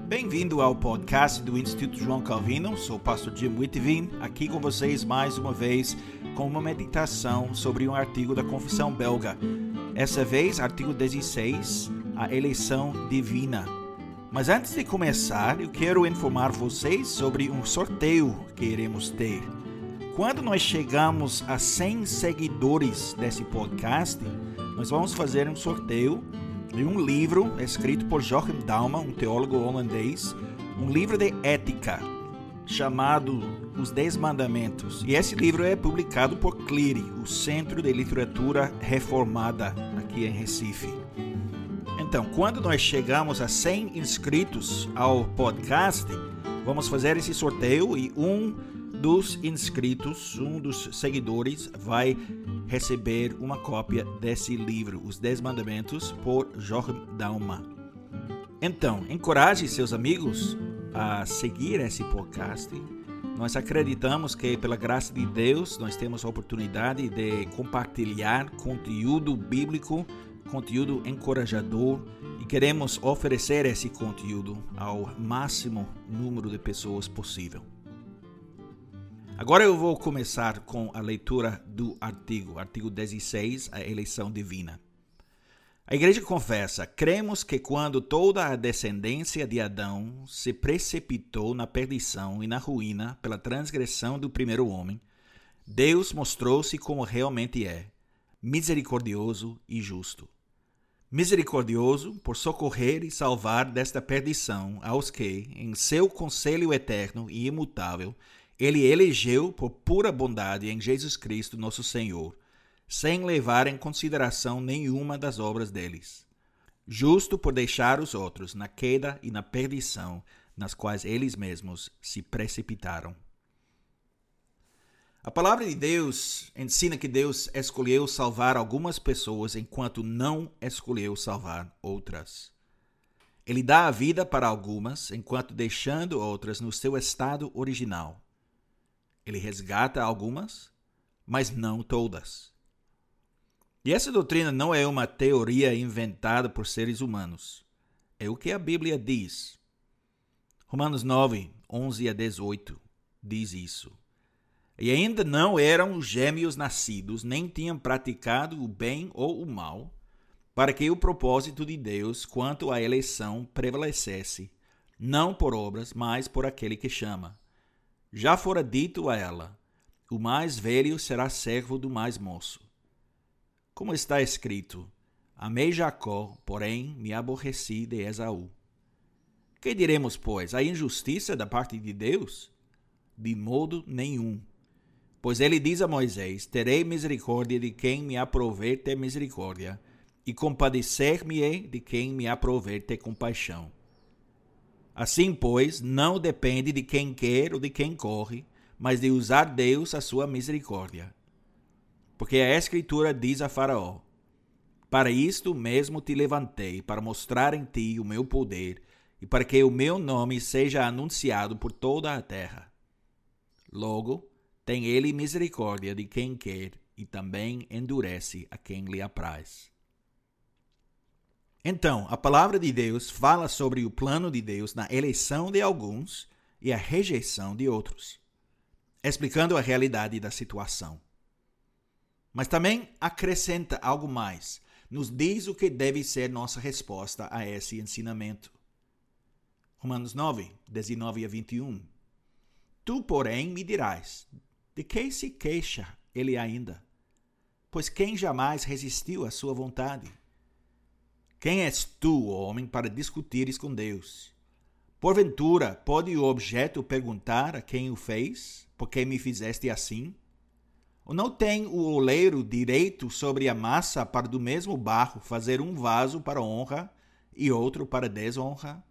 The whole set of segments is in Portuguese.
Bem-vindo ao podcast do Instituto João Calvino. Sou o pastor Jim Whitvin, aqui com vocês mais uma vez com uma meditação sobre um artigo da Confissão Belga. Essa vez, artigo 16, a eleição divina. Mas antes de começar, eu quero informar vocês sobre um sorteio que iremos ter. Quando nós chegamos a 100 seguidores desse podcast, nós vamos fazer um sorteio de um livro escrito por Joachim Dauma, um teólogo holandês, um livro de ética chamado Os 10 Mandamentos. E esse livro é publicado por CLIRI, o Centro de Literatura Reformada, aqui em Recife. Então, quando nós chegamos a 100 inscritos ao podcast, vamos fazer esse sorteio e um dos inscritos, um dos seguidores, vai receber uma cópia desse livro, Os 10 Mandamentos, por Joachim Dauma. Então, encoraje seus amigos a seguir esse podcast. Nós acreditamos que, pela graça de Deus, nós temos a oportunidade de compartilhar conteúdo bíblico, conteúdo encorajador, e queremos oferecer esse conteúdo ao máximo número de pessoas possível. Agora eu vou começar com a leitura do artigo 16, a eleição divina. A igreja confessa: cremos que quando toda a descendência de Adão se precipitou na perdição e na ruína pela transgressão do primeiro homem, Deus mostrou-se como realmente é, misericordioso e justo. Misericordioso por socorrer e salvar desta perdição aos que, em seu conselho eterno e imutável, Ele elegeu por pura bondade em Jesus Cristo, nosso Senhor, sem levar em consideração nenhuma das obras deles. Justo por deixar os outros na queda e na perdição, nas quais eles mesmos se precipitaram. A palavra de Deus ensina que Deus escolheu salvar algumas pessoas enquanto não escolheu salvar outras. Ele dá a vida para algumas enquanto deixando outras no seu estado original. Ele resgata algumas, mas não todas. E essa doutrina não é uma teoria inventada por seres humanos. É o que a Bíblia diz. Romanos 9, 11 a 18 diz isso. E ainda não eram gêmeos nascidos, nem tinham praticado o bem ou o mal, para que o propósito de Deus quanto à eleição prevalecesse, não por obras, mas por aquele que chama. Já fora dito a ela: o mais velho será servo do mais moço. Como está escrito: amei Jacó, porém me aborreci de Esaú. Que diremos, pois? A injustiça da parte de Deus? De modo nenhum. Pois ele diz a Moisés: terei misericórdia de quem me aprouver ter misericórdia, e compadecer-me-ei de quem me aprouver ter compaixão. Assim, pois, não depende de quem quer ou de quem corre, mas de usar Deus a sua misericórdia. Porque a Escritura diz a Faraó: para isto mesmo te levantei, para mostrar em ti o meu poder, e para que o meu nome seja anunciado por toda a terra. Logo, tem ele misericórdia de quem quer, e também endurece a quem lhe apraz. Então, a palavra de Deus fala sobre o plano de Deus na eleição de alguns e a rejeição de outros, explicando a realidade da situação. Mas também acrescenta algo mais, nos diz o que deve ser nossa resposta a esse ensinamento. Romanos 9, 19 a 21. Tu, porém, me dirás: de que se queixa ele ainda? Pois quem jamais resistiu à sua vontade? Quem és tu, homem, para discutires com Deus? Porventura, pode o objeto perguntar a quem o fez: por que me fizeste assim? Ou não tem o oleiro direito sobre a massa para do mesmo barro fazer um vaso para honra e outro para desonra?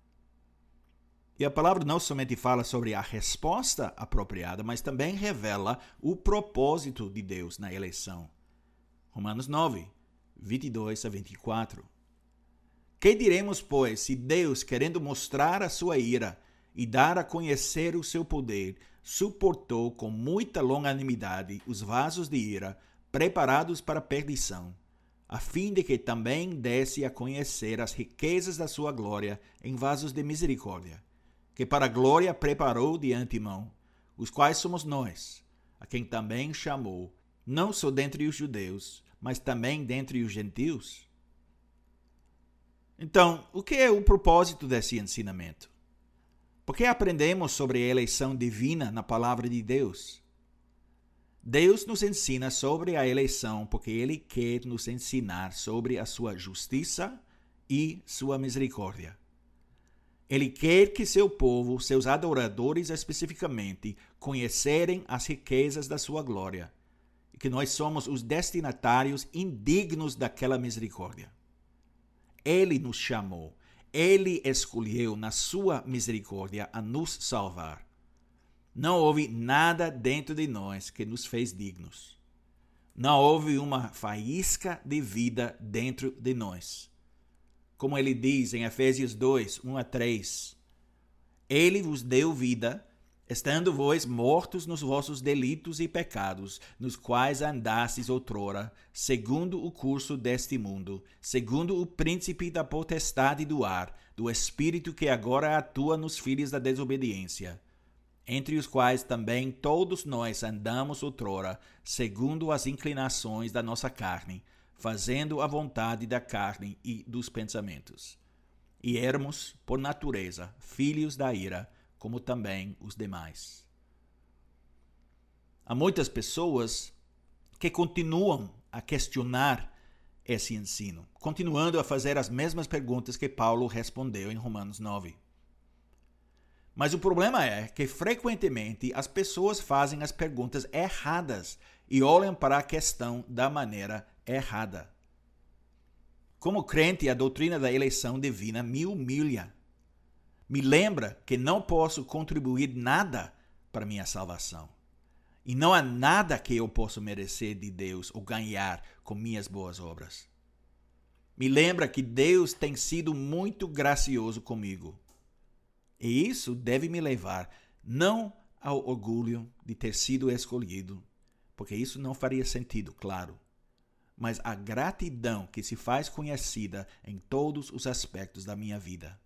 E a palavra não somente fala sobre a resposta apropriada, mas também revela o propósito de Deus na eleição. Romanos 9, 22 a 24. Que diremos, pois, se Deus, querendo mostrar a sua ira e dar a conhecer o seu poder, suportou com muita longanimidade os vasos de ira preparados para a perdição, a fim de que também desse a conhecer as riquezas da sua glória em vasos de misericórdia, que para a glória preparou de antemão, os quais somos nós, a quem também chamou, não só dentre os judeus, mas também dentre os gentios. Então, o que é o propósito desse ensinamento? Por que aprendemos sobre a eleição divina na palavra de Deus? Deus nos ensina sobre a eleição porque Ele quer nos ensinar sobre a sua justiça e sua misericórdia. Ele quer que seu povo, seus adoradores especificamente, conhecerem as riquezas da sua glória e que nós somos os destinatários indignos daquela misericórdia. Ele nos chamou, Ele escolheu na sua misericórdia a nos salvar. Não houve nada dentro de nós que nos fez dignos. Não houve uma faísca de vida dentro de nós. Como ele diz em Efésios 2, 1-3, Ele vos deu vida, estando vós mortos nos vossos delitos e pecados, nos quais andastes outrora, segundo o curso deste mundo, segundo o príncipe da potestade do ar, do espírito que agora atua nos filhos da desobediência, entre os quais também todos nós andamos outrora, segundo as inclinações da nossa carne, fazendo a vontade da carne e dos pensamentos. E éramos, por natureza, filhos da ira, como também os demais. Há muitas pessoas que continuam a questionar esse ensino, continuando a fazer as mesmas perguntas que Paulo respondeu em Romanos 9. Mas o problema é que, frequentemente, as pessoas fazem as perguntas erradas e olham para a questão da maneira errada. Como crente, a doutrina da eleição divina me humilha. Me lembra que não posso contribuir nada para minha salvação. E não há nada que eu possa merecer de Deus ou ganhar com minhas boas obras. Me lembra que Deus tem sido muito gracioso comigo. E isso deve me levar não ao orgulho de ter sido escolhido, porque isso não faria sentido, claro, mas à gratidão que se faz conhecida em todos os aspectos da minha vida.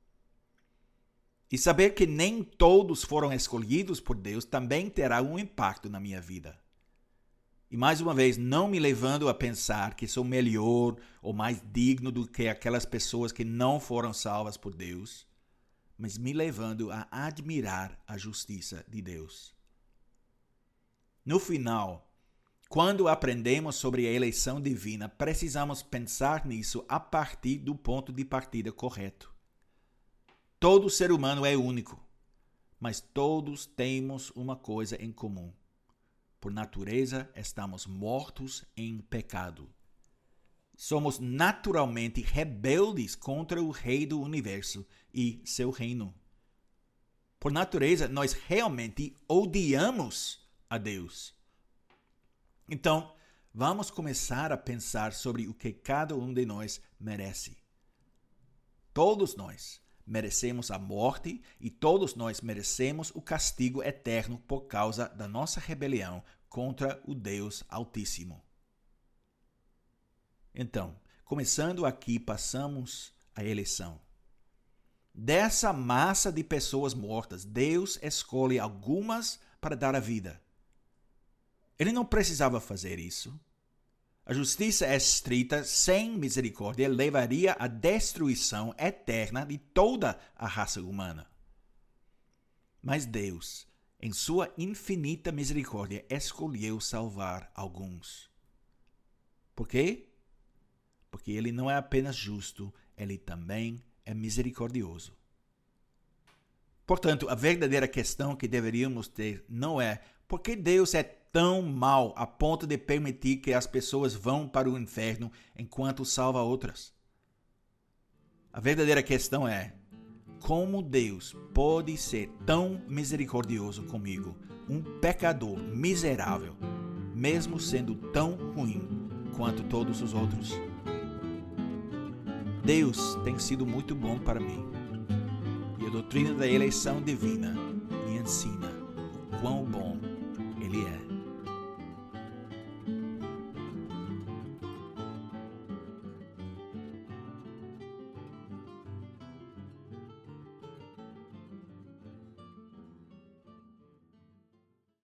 E saber que nem todos foram escolhidos por Deus também terá um impacto na minha vida. E mais uma vez, não me levando a pensar que sou melhor ou mais digno do que aquelas pessoas que não foram salvas por Deus, mas me levando a admirar a justiça de Deus. No final, quando aprendemos sobre a eleição divina, precisamos pensar nisso a partir do ponto de partida correto. Todo ser humano é único, mas todos temos uma coisa em comum. Por natureza, estamos mortos em pecado. Somos naturalmente rebeldes contra o Rei do Universo e seu reino. Por natureza, nós realmente odiamos a Deus. Então, vamos começar a pensar sobre o que cada um de nós merece. Todos nós merecemos a morte e todos nós merecemos o castigo eterno por causa da nossa rebelião contra o Deus Altíssimo. Então, começando aqui, passamos a eleição. Dessa massa de pessoas mortas, Deus escolhe algumas para dar a vida. Ele não precisava fazer isso. A justiça estrita, sem misericórdia, levaria à destruição eterna de toda a raça humana. Mas Deus, em sua infinita misericórdia, escolheu salvar alguns. Por quê? Porque ele não é apenas justo, ele também é misericordioso. Portanto, a verdadeira questão que deveríamos ter não é por que Deus é tão mau a ponto de permitir que as pessoas vão para o inferno enquanto salva outras. A verdadeira questão é como Deus pode ser tão misericordioso comigo, um pecador miserável, mesmo sendo tão ruim quanto todos os outros. Deus tem sido muito bom para mim. E a doutrina da eleição divina me ensina o quão bom